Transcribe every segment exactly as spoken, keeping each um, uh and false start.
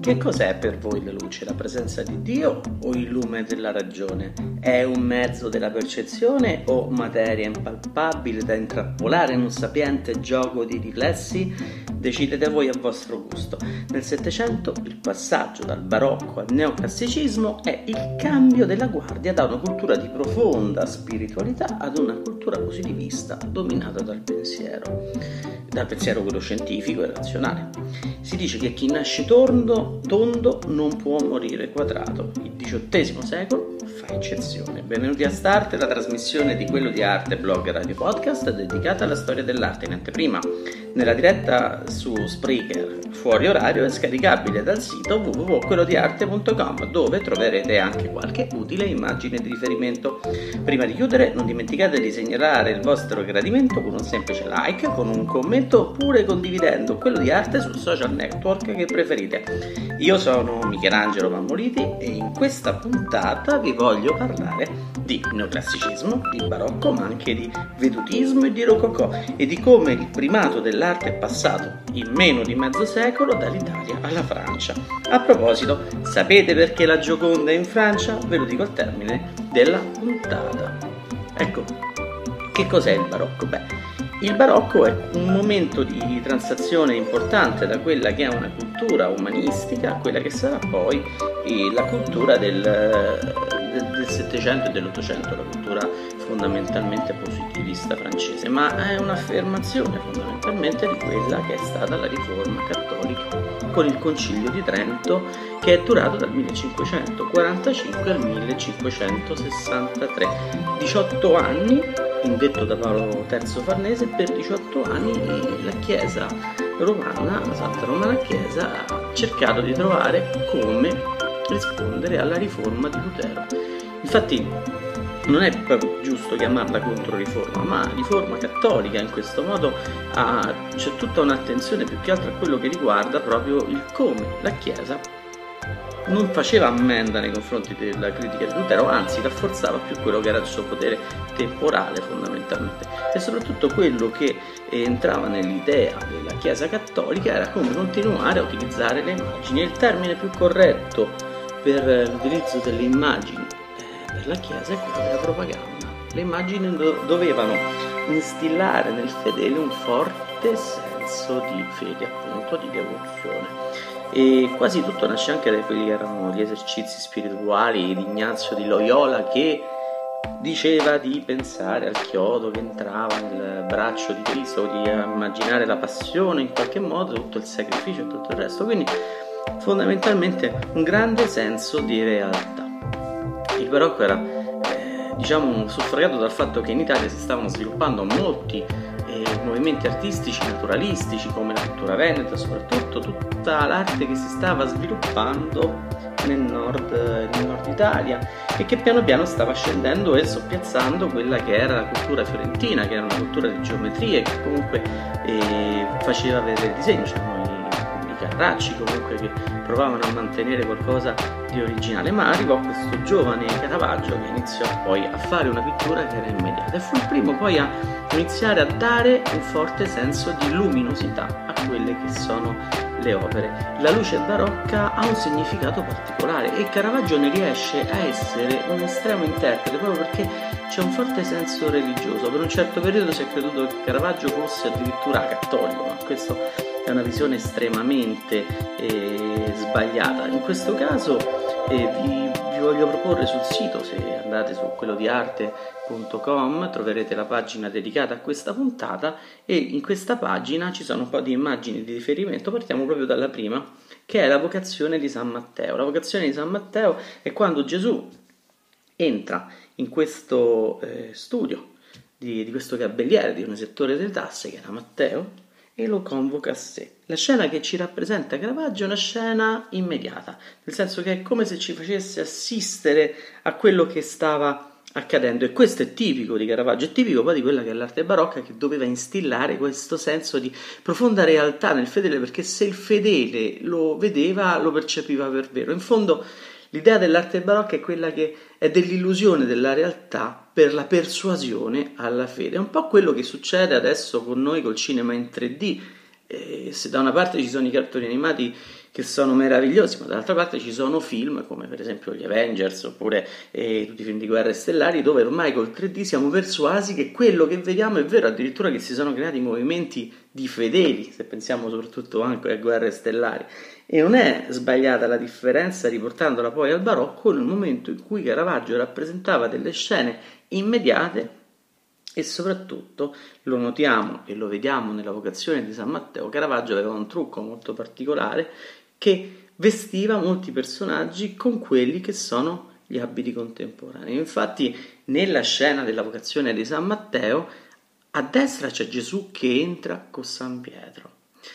Che cos'è per voi la luce? La presenza di Dio o il lume della ragione? È un mezzo della percezione o materia impalpabile da intrappolare in un sapiente gioco di riflessi? Decidete voi a vostro gusto. Nel Settecento il passaggio dal barocco al neoclassicismo è il cambio della guardia da una cultura di profonda spiritualità ad una cultura positivista dominata dal pensiero, dal pensiero quello scientifico e razionale. Si dice che chi nasce tondo, tondo non può morire quadrato. Il diciottesimo secolo fa eccezione. Benvenuti a Start, la trasmissione di Quello di Arte, blog radio podcast dedicata alla storia dell'arte in anteprima. Nella diretta su Spreaker fuori orario è scaricabile dal sito w w w punto quello di arte punto com, dove troverete anche qualche utile immagine di riferimento. Prima di chiudere non dimenticate di segnalare il vostro gradimento con un semplice like, con un commento oppure condividendo Quello di Arte sul social network che preferite. Io sono Michelangelo Mammoliti e in questa puntata vi voglio parlare di neoclassicismo, di barocco, ma anche di vedutismo e di rococò e di come il primato dell'arte è passato in meno di mezzo secolo dall'Italia alla Francia. A proposito, sapete perché la Gioconda è in Francia? Ve lo dico al termine della puntata. Ecco, che cos'è il barocco? Beh, il barocco è un momento di transizione importante da quella che è una cultura umanistica a quella che sarà poi la cultura del, del Settecento e dell'Ottocento, la cultura fondamentalmente positivista francese, ma è un'affermazione fondamentalmente di quella che è stata la riforma cattolica con il Concilio di Trento, che è durato dal millecinquecentoquarantacinque al millecinquecentosessantatré, diciotto anni, indetto da Paolo terzo Farnese. Per diciotto anni la Chiesa romana, la Santa Romana Chiesa, ha cercato di trovare come rispondere alla riforma di Lutero. Infatti non è proprio giusto chiamarla controriforma, ma riforma cattolica. In questo modo ah, c'è tutta un'attenzione più che altro a quello che riguarda proprio il come la Chiesa non faceva ammenda nei confronti della critica di Lutero, anzi rafforzava più quello che era il suo potere temporale fondamentalmente, e soprattutto quello che entrava nell'idea della Chiesa cattolica era come continuare a utilizzare le immagini. Il termine più corretto per l'utilizzo delle immagini per la Chiesa è quello della propaganda. Le immagini do- dovevano instillare nel fedele un forte senso di fede, appunto, di devozione. E quasi tutto nasce anche da quelli che erano gli esercizi spirituali di Ignazio di Loyola, che diceva di pensare al chiodo che entrava nel braccio di Cristo, di immaginare la passione in qualche modo, tutto il sacrificio e tutto il resto. Quindi fondamentalmente un grande senso di realtà. Il barocco era eh, diciamo suffragato dal fatto che in Italia si stavano sviluppando molti eh, movimenti artistici naturalistici, come la pittura veneta, soprattutto tutta l'arte che si stava sviluppando nel nord, nel nord Italia, e che piano piano stava scendendo e soppiazzando quella che era la cultura fiorentina, che era una cultura di geometrie, che comunque eh, faceva vedere il disegno. C'erano i, i Carracci comunque che provavano a mantenere qualcosa di originale, ma arrivò questo giovane Caravaggio che iniziò poi a fare una pittura che era immediata e fu il primo poi a iniziare a dare un forte senso di luminosità a quelle che sono le opere. La luce barocca ha un significato particolare e Caravaggio ne riesce a essere un estremo interprete proprio perché c'è un forte senso religioso. Per un certo periodo si è creduto che Caravaggio fosse addirittura cattolico, ma questo è una visione estremamente eh, sbagliata. In questo caso eh, vi, vi voglio proporre sul sito, se andate su quello di arte punto com troverete la pagina dedicata a questa puntata, e in questa pagina ci sono un po' di immagini di riferimento. Partiamo proprio dalla prima, che è la vocazione di San Matteo. La vocazione di San Matteo è quando Gesù entra in questo eh, studio di, di questo gabelliere, di un esettore delle tasse che era Matteo, e lo convoca a sé. La scena che ci rappresenta Caravaggio è una scena immediata, nel senso che è come se ci facesse assistere a quello che stava accadendo, e questo è tipico di Caravaggio, è tipico poi di quella che è l'arte barocca, che doveva instillare questo senso di profonda realtà nel fedele, perché se il fedele lo vedeva lo percepiva per vero. In fondo l'idea dell'arte barocca è quella che è dell'illusione della realtà per la persuasione alla fede. È un po' quello che succede adesso con noi col cinema in tre D. E se da una parte ci sono i cartoni animati che sono meravigliosi, ma dall'altra parte ci sono film come per esempio gli Avengers oppure eh, tutti i film di guerre stellari, dove ormai col tre D siamo persuasi che quello che vediamo è vero, addirittura che si sono creati movimenti di fedeli, se pensiamo soprattutto anche a guerre stellari. E non è sbagliata la differenza, riportandola poi al barocco, nel momento in cui Caravaggio rappresentava delle scene immediate. E soprattutto lo notiamo e lo vediamo nella vocazione di San Matteo. Caravaggio aveva un trucco molto particolare, che vestiva molti personaggi con quelli che sono gli abiti contemporanei. Infatti nella scena della vocazione di San Matteo a destra c'è Gesù che entra con San Pietro.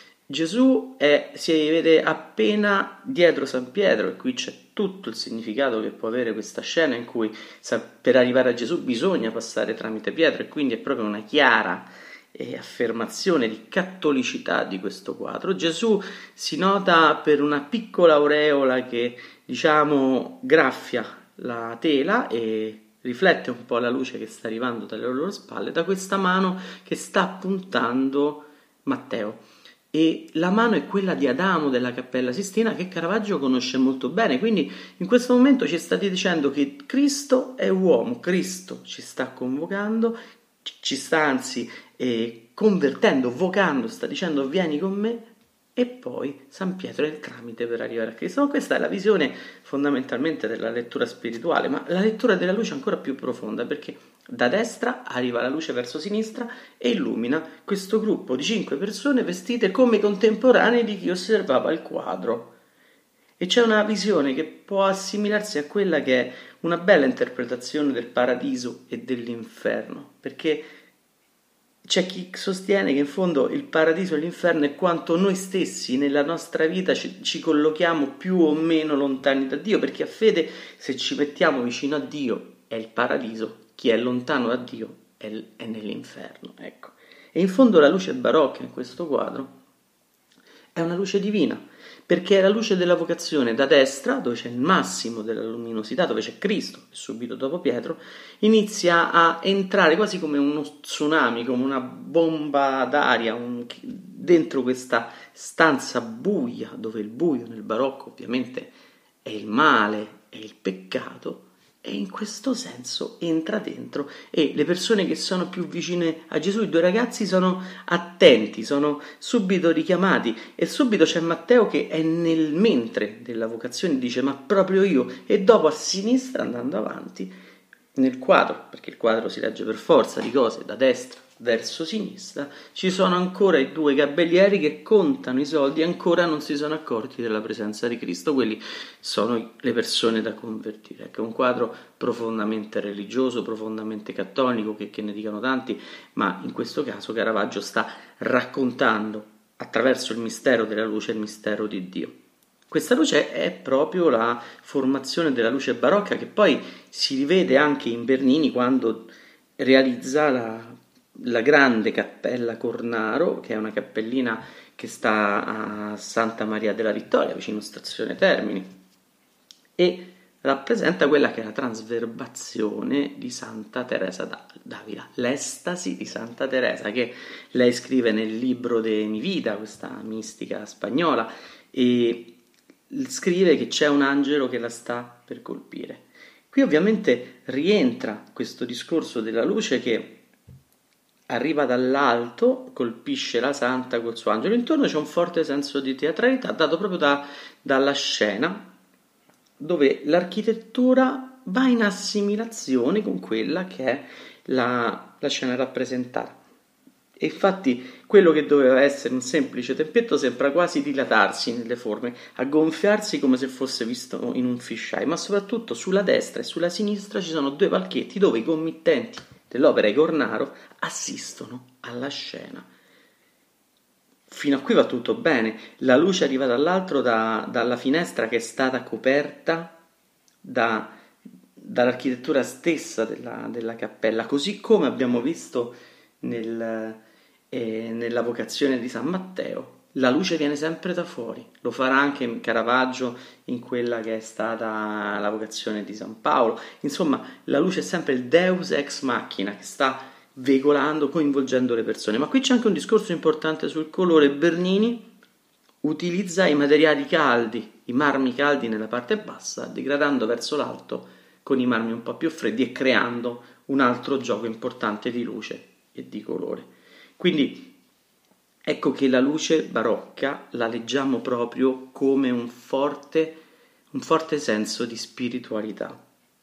Gesù è, si vede appena dietro San Pietro, e qui c'è tutto il significato che può avere questa scena, in cui per arrivare a Gesù bisogna passare tramite Pietro, e quindi è proprio una chiara eh, affermazione di cattolicità di questo quadro. Gesù si nota per una piccola aureola che, diciamo, graffia la tela e riflette un po' la luce che sta arrivando dalle loro spalle, da questa mano che sta puntando Matteo. E la mano è quella di Adamo della Cappella Sistina, che Caravaggio conosce molto bene. Quindi in questo momento ci sta dicendo che Cristo è uomo, Cristo ci sta convocando, ci sta anzi eh, convertendo, vocando, sta dicendo vieni con me, e poi San Pietro è il tramite per arrivare a Cristo. No, questa è la visione fondamentalmente della lettura spirituale, ma la lettura della luce è ancora più profonda, perché da destra arriva la luce verso sinistra e illumina questo gruppo di cinque persone vestite come contemporanei di chi osservava il quadro. E c'è una visione che può assimilarsi a quella che è una bella interpretazione del paradiso e dell'inferno, perché c'è chi sostiene che in fondo il paradiso e l'inferno è quanto noi stessi nella nostra vita ci, ci collochiamo più o meno lontani da Dio, perché a fede, se ci mettiamo vicino a Dio, è il paradiso. Chi è lontano da Dio è, è nell'inferno, ecco. E in fondo la luce barocca in questo quadro è una luce divina, perché è la luce della vocazione. Da destra, dove c'è il massimo della luminosità, dove c'è Cristo, e subito dopo Pietro, inizia a entrare quasi come uno tsunami, come una bomba d'aria, un, dentro questa stanza buia, dove il buio nel barocco ovviamente è il male, è il peccato, e in questo senso entra dentro, e le persone che sono più vicine a Gesù, i due ragazzi, sono attenti, sono subito richiamati, e subito c'è Matteo che è nel mentre della vocazione, dice ma proprio io, e dopo a sinistra, andando avanti nel quadro, perché il quadro si legge per forza di cose da destra verso sinistra, ci sono ancora i due gabellieri che contano i soldi e ancora non si sono accorti della presenza di Cristo. Quelli sono le persone da convertire. Ecco, è un quadro profondamente religioso, profondamente cattolico, che, che ne dicano tanti, ma in questo caso Caravaggio sta raccontando attraverso il mistero della luce il mistero di Dio. Questa luce è proprio la formazione della luce barocca, che poi si rivede anche in Bernini quando realizza la la grande cappella Cornaro, che è una cappellina che sta a Santa Maria della Vittoria, vicino Stazione Termini, e rappresenta quella che è la trasverbazione di Santa Teresa d'Avila, l'estasi di Santa Teresa, che lei scrive nel libro de Mi Vita, questa mistica spagnola, e scrive che c'è un angelo che la sta per colpire. Qui ovviamente rientra questo discorso della luce che arriva dall'alto, colpisce la santa col suo angelo. Intorno c'è un forte senso di teatralità dato proprio da, dalla scena, dove l'architettura va in assimilazione con quella che è la, la scena rappresentata. E infatti quello che doveva essere un semplice tempietto sembra quasi dilatarsi nelle forme, aggonfiarsi come se fosse visto in un fisheye, ma soprattutto sulla destra e sulla sinistra ci sono due palchetti dove i committenti dell'opera di Cornaro assistono alla scena. Fino a qui va tutto bene. La luce arriva dall'altro, da, dalla finestra che è stata coperta da, dall'architettura stessa della, della cappella, così come abbiamo visto nel, eh, nella vocazione di San Matteo. La luce viene sempre da fuori, lo farà anche in Caravaggio in quella che è stata la vocazione di San Paolo. Insomma, la luce è sempre il Deus ex machina che sta veicolando, coinvolgendo le persone. Ma qui c'è anche un discorso importante sul colore. Bernini utilizza i materiali caldi, i marmi caldi nella parte bassa, degradando verso l'alto con i marmi un po' più freddi e creando un altro gioco importante di luce e di colore. Quindi ecco che la luce barocca la leggiamo proprio come un forte, un forte senso di spiritualità.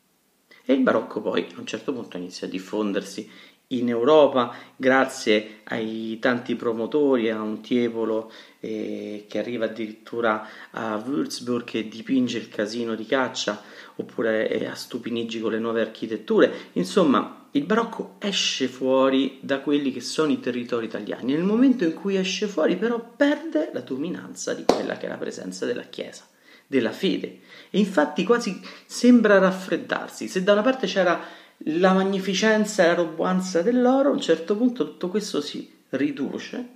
E il barocco poi a un certo punto inizia a diffondersi in Europa grazie ai tanti promotori, a un Tiepolo eh, che arriva addirittura a Würzburg e dipinge il casino di caccia, oppure eh, a Stupinigi con le nuove architetture. Insomma, il barocco esce fuori da quelli che sono i territori italiani. Nel momento in cui esce fuori però perde la dominanza di quella che è la presenza della Chiesa, della fede, e infatti quasi sembra raffreddarsi. Se da una parte c'era la magnificenza e la robuanza dell'oro, a un certo punto tutto questo si riduce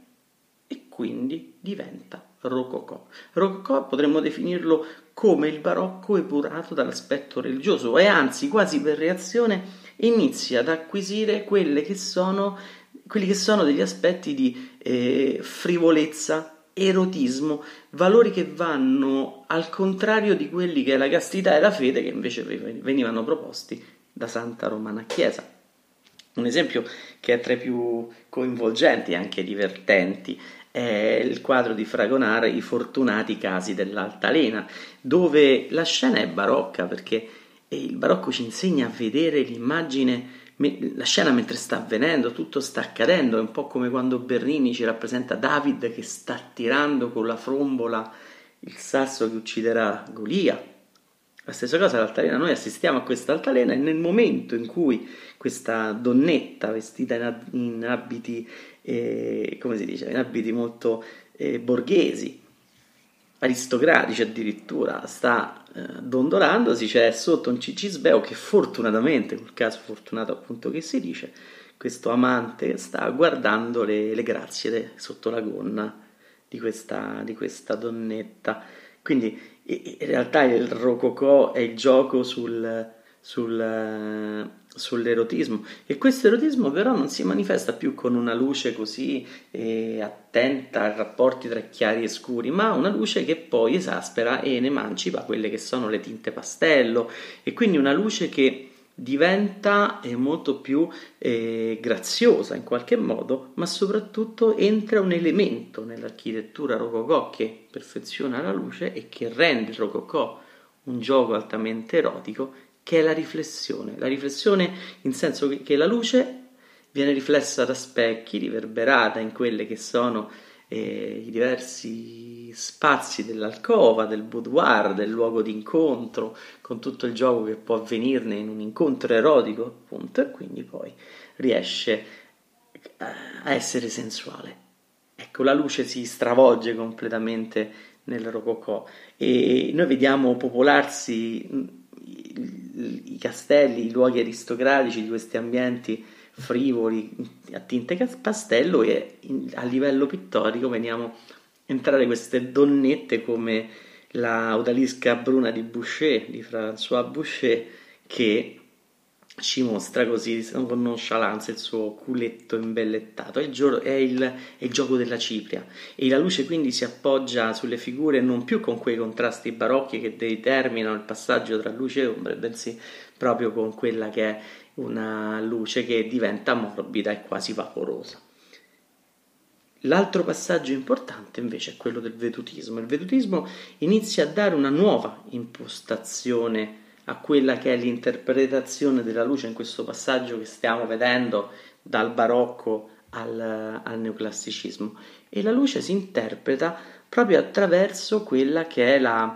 e quindi diventa rococò. Rococò potremmo definirlo come il barocco epurato dall'aspetto religioso, e anzi quasi per reazione inizia ad acquisire quelle che sono, quelli che sono degli aspetti di eh, frivolezza, erotismo, valori che vanno al contrario di quelli che è la castità e la fede, che invece venivano proposti da Santa Romana Chiesa. Un esempio che è tra i più coinvolgenti e anche divertenti è il quadro di Fragonard, I fortunati casi dell'altalena, dove la scena è barocca, perché il barocco ci insegna a vedere l'immagine, la scena mentre sta avvenendo, tutto sta accadendo. È un po' come quando Bernini ci rappresenta David che sta tirando con la frombola il sasso che ucciderà Golia. La stessa cosa l'altalena, noi assistiamo a questa altalena e nel momento in cui questa donnetta vestita in, ab- in abiti, eh, come si dice, in abiti molto eh, borghesi, aristocratici addirittura, sta eh, dondolandosi, c'è sotto un cicisbeo che fortunatamente, col caso fortunato appunto che si dice, questo amante sta guardando le, le grazie de, sotto la gonna di questa, di questa donnetta. Quindi in realtà il rococò è il gioco sul, sul, sull'erotismo, e questo erotismo però non si manifesta più con una luce così eh, attenta ai rapporti tra chiari e scuri, ma una luce che poi esaspera e ne emancipa quelle che sono le tinte pastello, e quindi una luce che diventa eh, molto più eh, graziosa in qualche modo, ma soprattutto entra un elemento nell'architettura rococò che perfeziona la luce e che rende il rococò un gioco altamente erotico, che è la riflessione. La riflessione in senso che, che la luce viene riflessa da specchi, riverberata in quelle che sono eh, i diversi spazi dell'alcova, del boudoir, del luogo d'incontro, con tutto il gioco che può avvenirne in un incontro erotico, appunto, e quindi poi riesce a essere sensuale. Ecco, la luce si stravolge completamente nel rococò e noi vediamo popolarsi i castelli, i luoghi aristocratici di questi ambienti frivoli a tinte pastello, e a livello pittorico vediamo entrare queste donnette come la odalisca bruna di Boucher, di François Boucher, che ci mostra così con nonchalance il suo culetto imbellettato. È il, gio- è, il, è il gioco della cipria, e la luce quindi si appoggia sulle figure non più con quei contrasti barocchi che determinano il passaggio tra luce e ombre, bensì proprio con quella che è una luce che diventa morbida e quasi vaporosa. L'altro passaggio importante invece è quello del vedutismo. Il vedutismo inizia a dare una nuova impostazione a quella che è l'interpretazione della luce in questo passaggio che stiamo vedendo dal barocco al, al neoclassicismo, e la luce si interpreta proprio attraverso quella che è la,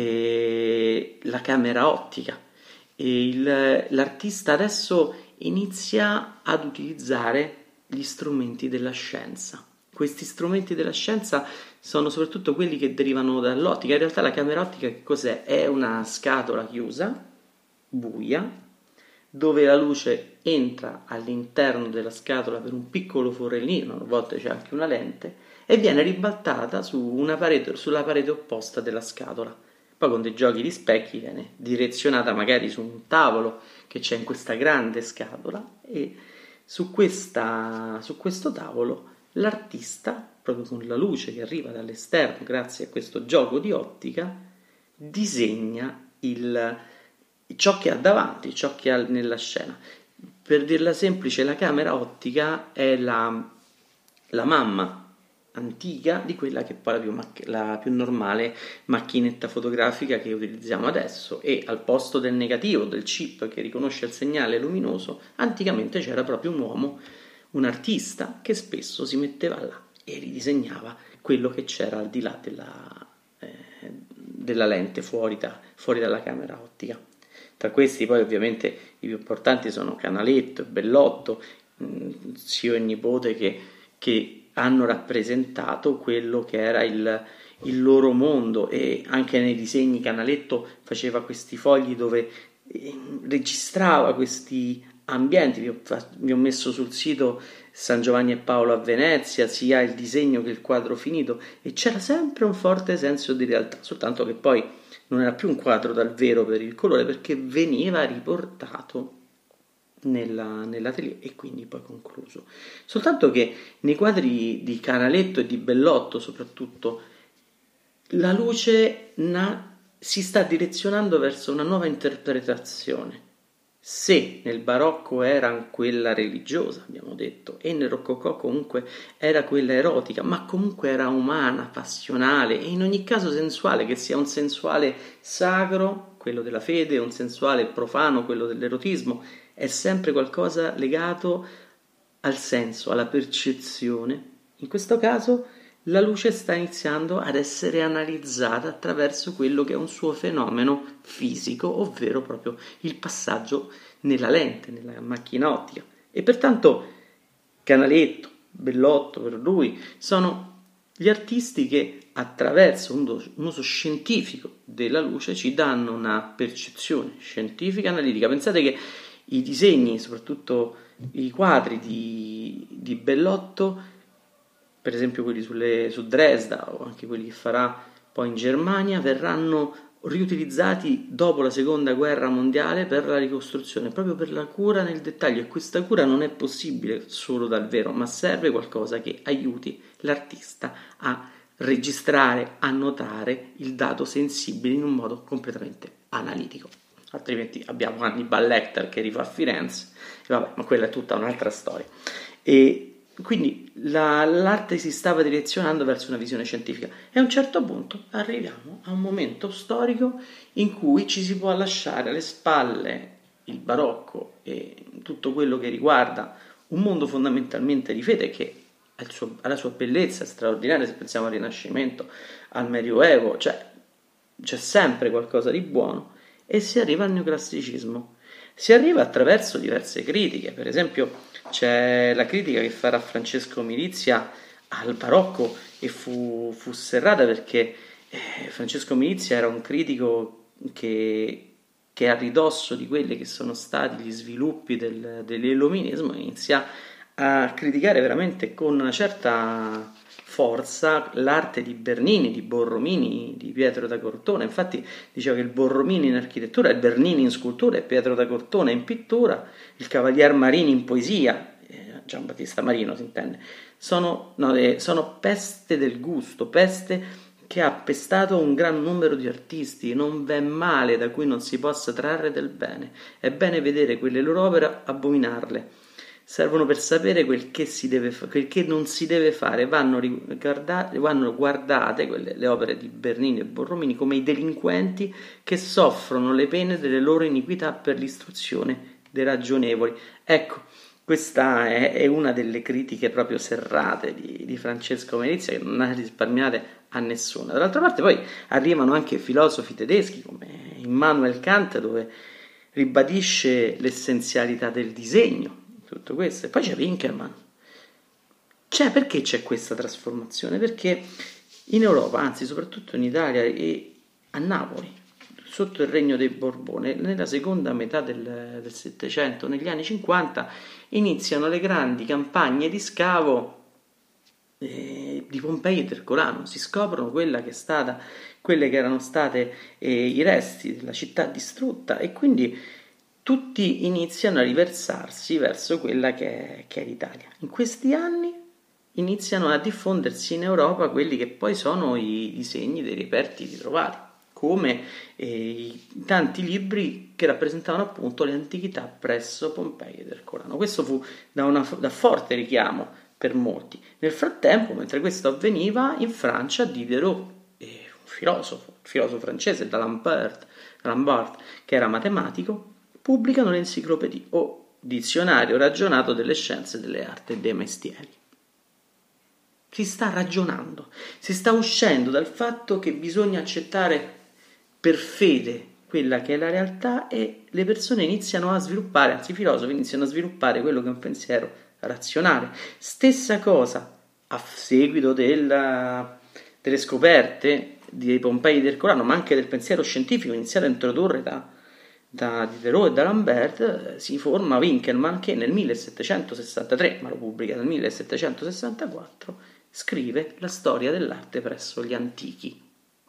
eh, la camera ottica. E il, l'artista adesso inizia ad utilizzare gli strumenti della scienza. Questi strumenti della scienza sono soprattutto quelli che derivano dall'ottica. In realtà la camera ottica che cos'è? È una scatola chiusa, buia, dove la luce entra all'interno della scatola per un piccolo forellino, a volte c'è anche una lente, e viene ribaltata su una parete, sulla parete opposta della scatola. Poi con dei giochi di specchi viene direzionata magari su un tavolo che c'è in questa grande scatola, e su, questa, su questo tavolo l'artista, proprio con la luce che arriva dall'esterno grazie a questo gioco di ottica, disegna il, ciò che ha davanti, ciò che ha nella scena. Per dirla semplice, la camera ottica è la, la mamma antica di quella che è poi la più, mac- la più normale macchinetta fotografica che utilizziamo adesso, e al posto del negativo, del chip che riconosce il segnale luminoso, anticamente c'era proprio un uomo, un artista, che spesso si metteva là e ridisegnava quello che c'era al di là della, eh, della lente fuori, da, fuori dalla camera ottica. Tra questi poi ovviamente i più importanti sono Canaletto e Bellotto, mh, zio e nipote, che, che hanno rappresentato quello che era il, il loro mondo. E anche nei disegni Canaletto faceva questi fogli dove eh, registrava questi ambienti. Vi ho, vi ho messo sul sito San Giovanni e Paolo a Venezia sia il disegno che il quadro finito, e c'era sempre un forte senso di realtà, soltanto che poi non era più un quadro dal vero per il colore, perché veniva riportato nella, nell'atelier e quindi poi concluso. Soltanto che nei quadri di Canaletto e di Bellotto soprattutto la luce na- si sta direzionando verso una nuova interpretazione. Se nel barocco era quella religiosa, abbiamo detto, e nel rococò comunque era quella erotica, ma comunque era umana, passionale e in ogni caso sensuale, che sia un sensuale sacro, quello della fede, un sensuale profano, quello dell'erotismo, è sempre qualcosa legato al senso, alla percezione. In questo caso la luce sta iniziando ad essere analizzata attraverso quello che è un suo fenomeno fisico, ovvero proprio il passaggio nella lente, nella macchina ottica. E pertanto Canaletto, Bellotto per lui sono gli artisti che attraverso un, do- un uso scientifico della luce ci danno una percezione scientifica analitica. Pensate che i disegni, soprattutto i quadri di, di Bellotto, per esempio quelli sulle, su Dresda o anche quelli che farà poi in Germania, verranno riutilizzati dopo la seconda guerra mondiale per la ricostruzione, proprio per la cura nel dettaglio. E questa cura non è possibile solo dal vero, ma serve qualcosa che aiuti l'artista a registrare, a notare il dato sensibile in un modo completamente analitico. Altrimenti abbiamo Hannibal Lecter che rifà Firenze, e vabbè, ma quella è tutta un'altra storia. E quindi la, l'arte si stava direzionando verso una visione scientifica, e a un certo punto arriviamo a un momento storico in cui ci si può lasciare alle spalle il barocco e tutto quello che riguarda un mondo fondamentalmente di fede che ha, il suo, ha la sua bellezza straordinaria. Se pensiamo al Rinascimento, al Medioevo, cioè c'è sempre qualcosa di buono, e si arriva al neoclassicismo. Si arriva attraverso diverse critiche. Per esempio c'è la critica che farà Francesco Milizia al barocco, e fu, fu serrata perché eh, Francesco Milizia era un critico che, che a ridosso di quelli che sono stati gli sviluppi del, dell'illuminismo inizia a criticare veramente con una certa forza l'arte di Bernini, di Borromini, di Pietro da Cortona. Infatti diceva che il Borromini in architettura, il Bernini in scultura e Pietro da Cortona in pittura, il Cavalier Marini in poesia, eh, Giambattista Marino si intende, sono, no, eh, sono peste del gusto, peste che ha pestato un gran numero di artisti. Non v'è male da cui non si possa trarre del bene. È bene vedere quelle loro opere, abominarle. Servono per sapere quel che, si deve fa- quel che non si deve fare. Vanno, riguardate, vanno guardate quelle, le opere di Bernini e Borromini come i delinquenti che soffrono le pene delle loro iniquità per l'istruzione dei ragionevoli. Ecco, questa è, è una delle critiche proprio serrate di, di Francesco Milizia, che non ha risparmiate a nessuno. Dall'altra parte poi arrivano anche filosofi tedeschi come Immanuel Kant, dove ribadisce l'essenzialità del disegno, tutto questo. E poi c'è Winkelmann. C'è, perché c'è questa trasformazione? Perché in Europa, anzi soprattutto in Italia e a Napoli, sotto il regno dei Borbone, nella seconda metà del, del Settecento, negli anni cinquanta, iniziano le grandi campagne di scavo eh, di Pompei e Ercolano. Si scoprono quella che è stata, quelle che erano state eh, i resti della città distrutta, e quindi tutti iniziano a riversarsi verso quella che è, che è l'Italia. In questi anni iniziano a diffondersi in Europa quelli che poi sono i disegni dei reperti ritrovati, come eh, i tanti libri che rappresentavano appunto le antichità presso Pompei ed Ercolano. Questo fu da, una, da forte richiamo per molti. Nel frattempo, mentre questo avveniva, in Francia Diderot, eh, un filosofo, il filosofo francese D'Alembert, D'Alembert, che era matematico, pubblicano l'enciclopedia o dizionario ragionato delle scienze, delle arti e dei mestieri. Si sta ragionando, si sta uscendo dal fatto che bisogna accettare per fede quella che è la realtà e le persone iniziano a sviluppare, anzi i filosofi iniziano a sviluppare quello che è un pensiero razionale. Stessa cosa a seguito della, delle scoperte di Pompei ed Ercolano, ma anche del pensiero scientifico iniziato a introdurre da da Diderot e da Lambert, si forma Winckelmann che nel millesettecentosessantatré, ma lo pubblica nel millesettecentosessantaquattro, scrive la storia dell'arte presso gli antichi.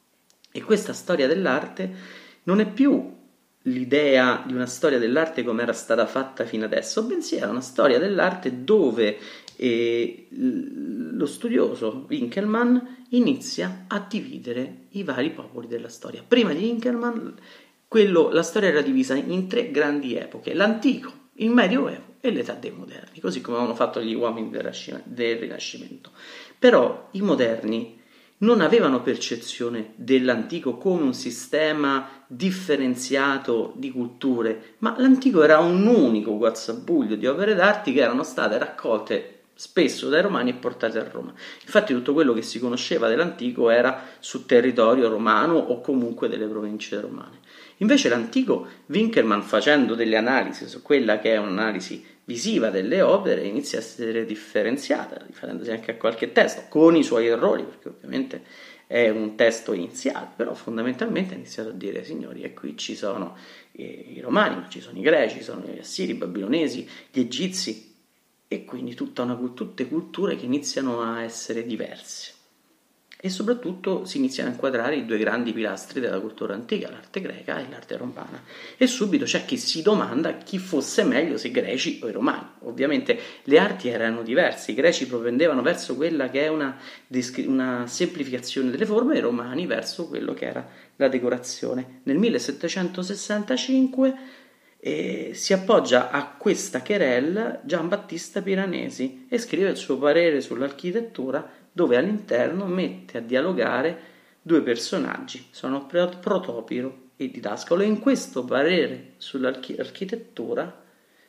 E questa storia dell'arte non è più l'idea di una storia dell'arte come era stata fatta fino adesso, bensì era una storia dell'arte dove eh, lo studioso Winckelmann inizia a dividere i vari popoli della storia. Prima di Winckelmann Quello, la storia era divisa in tre grandi epoche: l'antico, il medioevo e l'età dei moderni, così come avevano fatto gli uomini del Rinascimento. Però i moderni non avevano percezione dell'antico come un sistema differenziato di culture, ma l'antico era un unico guazzabuglio di opere d'arte che erano state raccolte spesso dai romani e portate a Roma. Infatti tutto quello che si conosceva dell'antico era su territorio romano o comunque delle province romane. Invece l'antico, Winckelmann, facendo delle analisi su quella che è un'analisi visiva delle opere, inizia a essere differenziata, riferendosi anche a qualche testo, con i suoi errori, perché ovviamente è un testo iniziale, però fondamentalmente ha iniziato a dire: signori, e qui ci sono i romani, ma ci sono i greci, ci sono gli assiri, i babilonesi, gli egizi, e quindi tutta una, tutte culture che iniziano a essere diverse. E soprattutto si iniziano a inquadrare i due grandi pilastri della cultura antica, l'arte greca e l'arte romana. E subito c'è chi si domanda chi fosse meglio, se i greci o i romani. Ovviamente le arti erano diverse, i greci propendevano verso quella che è una, una semplificazione delle forme, e i romani verso quello che era la decorazione. Nel millesettecentosessantacinque eh, si appoggia a questa querelle Giambattista Piranesi e scrive il suo parere sull'architettura, dove all'interno mette a dialogare due personaggi, sono Protopiro e Didascalo, e in questo parere sull'architettura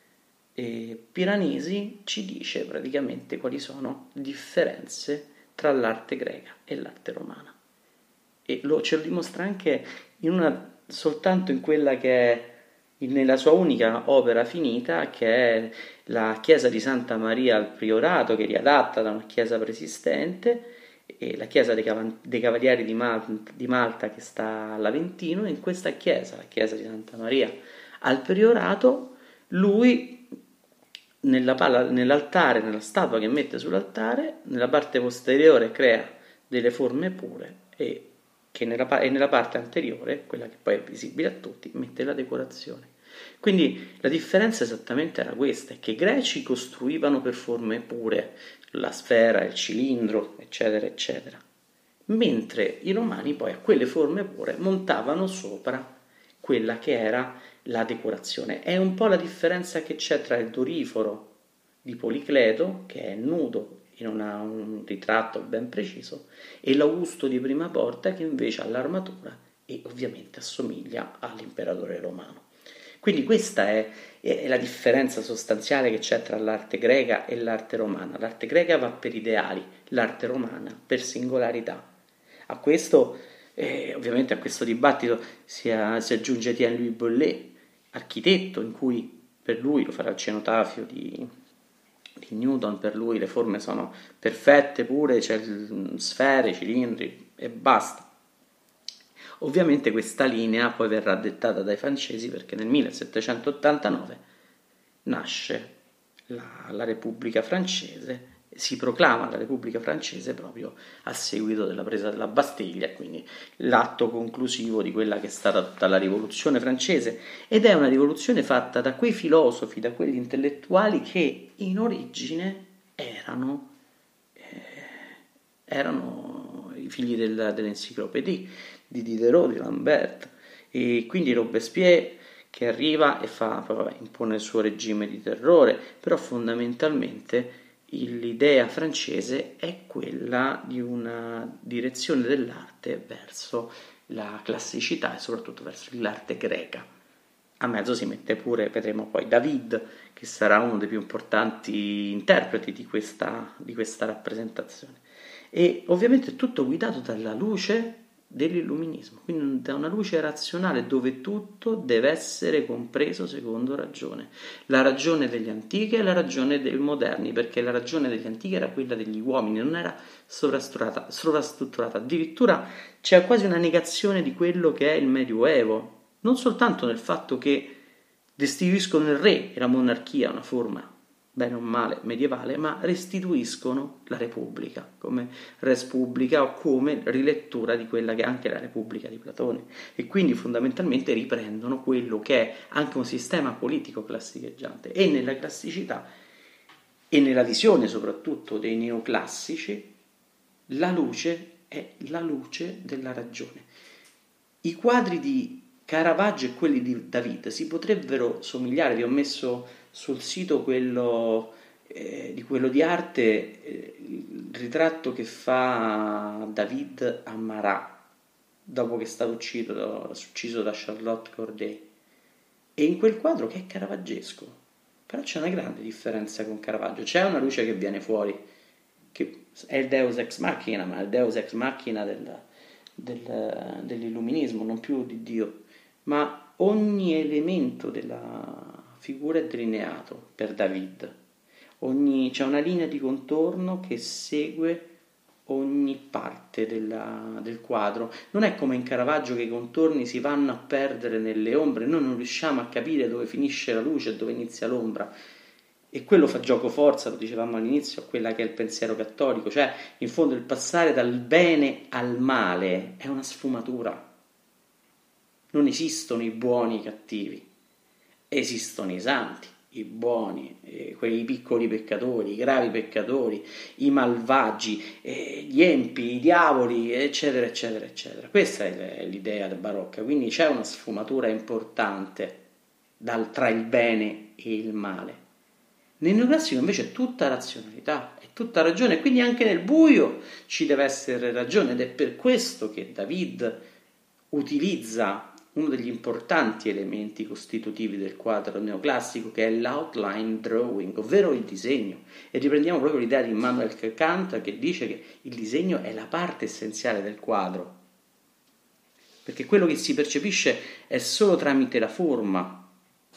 eh, Piranesi ci dice praticamente quali sono le differenze tra l'arte greca e l'arte romana, e lo, ce lo dimostra anche in una, soltanto in quella che è nella sua unica opera finita, che è la chiesa di Santa Maria al Priorato, che è riadatta da una chiesa preesistente, e la chiesa dei, Cav- dei Cavalieri di Malta, di Malta che sta all'Aventino. In questa chiesa, la chiesa di Santa Maria al Priorato, lui nella palla, nell'altare, nella statua che mette sull'altare, nella parte posteriore crea delle forme pure, e che nella, e nella parte anteriore, quella che poi è visibile a tutti, mette la decorazione. Quindi la differenza esattamente era questa, è che i greci costruivano per forme pure, la sfera, il cilindro, eccetera, eccetera, mentre i romani poi a quelle forme pure montavano sopra quella che era la decorazione. È un po' la differenza che c'è tra il Doriforo di Policleto, che è nudo e non ha un ritratto ben preciso, e l'Augusto di Prima Porta, che invece ha l'armatura e ovviamente assomiglia all'imperatore romano. Quindi questa è, è la differenza sostanziale che c'è tra l'arte greca e l'arte romana. L'arte greca va per ideali, l'arte romana per singolarità. A questo, eh, ovviamente a questo dibattito si, a, si aggiunge Étienne-Louis Bollée, architetto, in cui per lui, lo farà il cenotafio di, di Newton, per lui le forme sono perfette pure, c'è il, sfere, cilindri e basta. Ovviamente questa linea poi verrà dettata dai francesi, perché nel millesettecentottantanove nasce la, la Repubblica francese si proclama la Repubblica francese proprio a seguito della presa della Bastiglia, quindi l'atto conclusivo di quella che è stata tutta la rivoluzione francese, ed è una rivoluzione fatta da quei filosofi, da quegli intellettuali che in origine erano, eh, erano i figli del, dell'enciclopedia di Diderot, di Lambert, e quindi Robespierre che arriva e fa, vabbè, impone il suo regime di terrore, però fondamentalmente l'idea francese è quella di una direzione dell'arte verso la classicità e soprattutto verso l'arte greca. A mezzo si mette pure, vedremo poi, David, che sarà uno dei più importanti interpreti di questa, di questa rappresentazione. E ovviamente è tutto guidato dalla luce dell'illuminismo, quindi da una luce razionale dove tutto deve essere compreso secondo ragione, la ragione degli antichi e la ragione dei moderni, perché la ragione degli antichi era quella degli uomini, non era sovrastrutturata, sovrastrutturata. Addirittura c'è quasi una negazione di quello che è il Medioevo, non soltanto nel fatto che restituiscono il re e la monarchia, una forma bene o male medievale, ma restituiscono la Repubblica come res publica o come rilettura di quella che è anche la Repubblica di Platone, e quindi fondamentalmente riprendono quello che è anche un sistema politico classicheggiante. E nella classicità e nella visione soprattutto dei neoclassici la luce è la luce della ragione. I quadri di Caravaggio e quelli di David si potrebbero somigliare, vi ho messo sul sito quello eh, di quello di arte, eh, il ritratto che fa David a Marat dopo che è stato ucciso, ucciso da Charlotte Corday, e in quel quadro che è caravaggesco, però c'è una grande differenza con Caravaggio, c'è una luce che viene fuori, che è il Deus ex machina, ma è il Deus ex machina del, del, dell'illuminismo, non più di Dio, ma ogni elemento della figura è delineato per David, ogni, c'è una linea di contorno che segue ogni parte della, del quadro. Non è come in Caravaggio che i contorni si vanno a perdere nelle ombre, noi non riusciamo a capire dove finisce la luce e dove inizia l'ombra, e quello fa gioco forza, lo dicevamo all'inizio, a quella che è il pensiero cattolico, cioè in fondo il passare dal bene al male è una sfumatura. Non esistono i buoni e i cattivi, esistono i santi, i buoni, eh, quei piccoli peccatori, i gravi peccatori, i malvagi, eh, gli empi, i diavoli, eccetera, eccetera, eccetera. Questa è l'idea barocca, quindi c'è una sfumatura importante dal, tra il bene e il male. Nel neoclassico invece è tutta razionalità, è tutta ragione, quindi anche nel buio ci deve essere ragione, ed è per questo che David utilizza uno degli importanti elementi costitutivi del quadro neoclassico, che è l'outline drawing, ovvero il disegno. E riprendiamo proprio l'idea di Immanuel Kant, che dice che il disegno è la parte essenziale del quadro, perché quello che si percepisce è solo tramite la forma.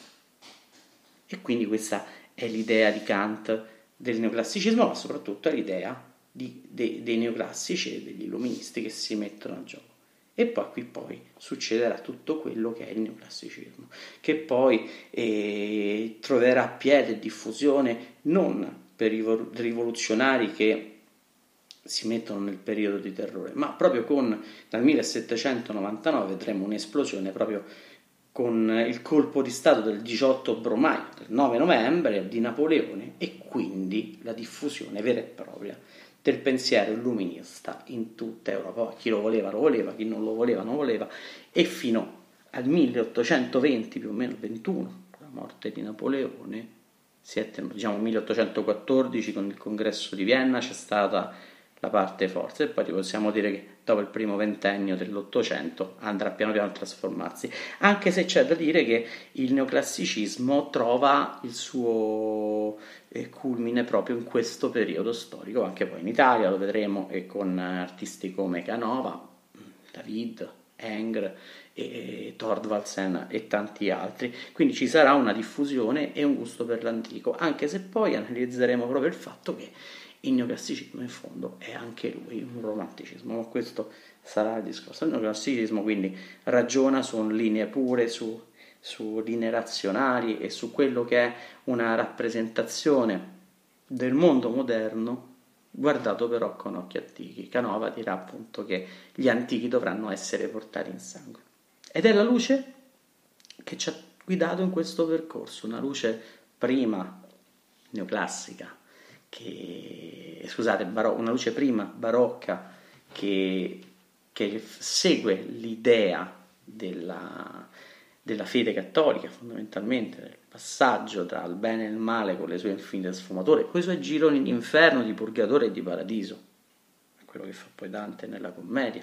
E quindi questa è l'idea di Kant del neoclassicismo, ma soprattutto è l'idea di, de, dei neoclassici e degli illuministi che si mettono a gioco. E poi qui poi succederà tutto quello che è il neoclassicismo, che poi eh, troverà piede e diffusione non per i rivoluzionari che si mettono nel periodo di terrore, ma proprio con dal millesettecentonovantanove vedremo un'esplosione proprio con il colpo di stato del diciotto Brumaio, del nove novembre di Napoleone, e quindi la diffusione vera e propria del pensiero illuminista in tutta Europa. Chi lo voleva lo voleva, chi non lo voleva non voleva, e fino al milleottocentoventi, più o meno ventuno, la morte di Napoleone, si è tenuto, diciamo milleottocentoquattordici con il congresso di Vienna c'è stata la parte forza, e poi possiamo dire che dopo il primo ventennio dell'Ottocento andrà piano piano a trasformarsi, anche se c'è da dire che il neoclassicismo trova il suo eh, culmine proprio in questo periodo storico, anche poi in Italia lo vedremo, e con artisti come Canova, David, Ingres, e Thorvaldsen e tanti altri. Quindi ci sarà una diffusione e un gusto per l'antico, anche se poi analizzeremo proprio il fatto che il neoclassicismo in fondo è anche lui un romanticismo, ma questo sarà il discorso. Il neoclassicismo quindi ragiona su linee pure, su, su linee razionali e su quello che è una rappresentazione del mondo moderno guardato però con occhi antichi. Canova dirà appunto che gli antichi dovranno essere portati in sangue. Ed è la luce che ci ha guidato in questo percorso, una luce prima neoclassica, che, scusate, baro- una luce prima barocca che, che segue l'idea della, della fede cattolica, fondamentalmente, del passaggio tra il bene e il male con le sue infinite sfumature, con i suoi gironi di inferno, di purgatorio e di paradiso, quello che fa poi Dante nella commedia.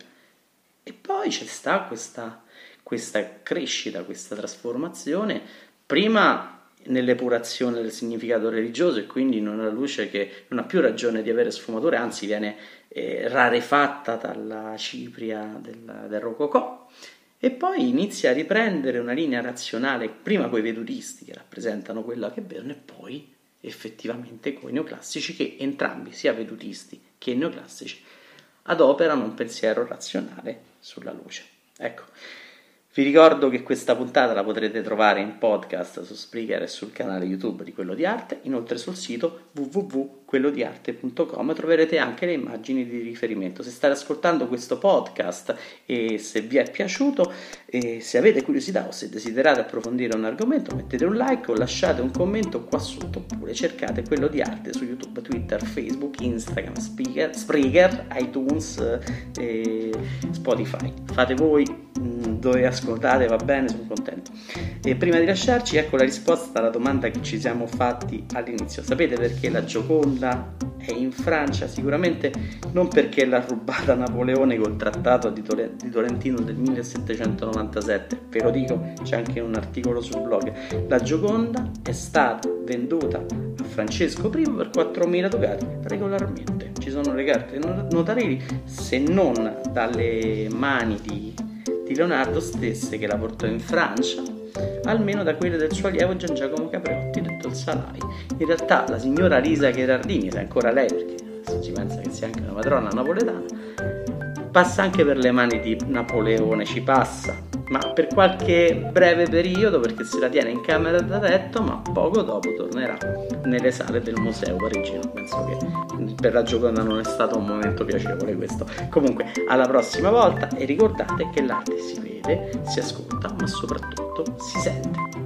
E poi c'è sta questa, questa crescita, questa trasformazione, prima nell'epurazione del significato religioso, e quindi in una luce che non ha più ragione di avere sfumature, anzi viene eh, rarefatta dalla cipria del, del Rococò, e poi inizia a riprendere una linea razionale, prima coi vedutisti che rappresentano quella che vedono, e poi effettivamente coi neoclassici, che entrambi, sia vedutisti che neoclassici, adoperano un pensiero razionale sulla luce. Ecco, vi ricordo che questa puntata la potrete trovare in podcast su Spreaker e sul canale YouTube di Quello di Arte, inoltre sul sito w w w punto quello di arte punto com troverete anche le immagini di riferimento. Se state ascoltando questo podcast e se vi è piaciuto, e se avete curiosità o se desiderate approfondire un argomento, mettete un like o lasciate un commento qua sotto, oppure cercate Quello di Arte su YouTube, Twitter, Facebook, Instagram, Spreaker, Spreaker iTunes e Spotify. Fate voi dove ascoltate, va bene, sono contento. E prima di lasciarci, ecco la risposta alla domanda che ci siamo fatti all'inizio. Sapete perché la Gioconda è in Francia? Sicuramente non perché l'ha rubata Napoleone col trattato di, Tole- di Tolentino del millesettecentonovantasette, ve lo dico, c'è anche un articolo sul blog. La Gioconda è stata venduta a Francesco primo per quattromila ducati regolarmente. Ci sono le carte notarili, se non dalle mani di di Leonardo stesse, che la portò in Francia, almeno da quelle del suo allievo Gian Giacomo Capreotti, detto il Salai. In realtà la signora Lisa Gherardini, ed è ancora lei, perché si pensa che sia anche una padrona napoletana, passa anche per le mani di Napoleone, ci passa, ma per qualche breve periodo, perché se la tiene in camera da letto, ma poco dopo tornerà nelle sale del museo parigino. Penso che per la Gioconda non è stato un momento piacevole questo. Comunque, alla prossima volta, e ricordate che l'arte si vede, si ascolta, ma soprattutto si sente.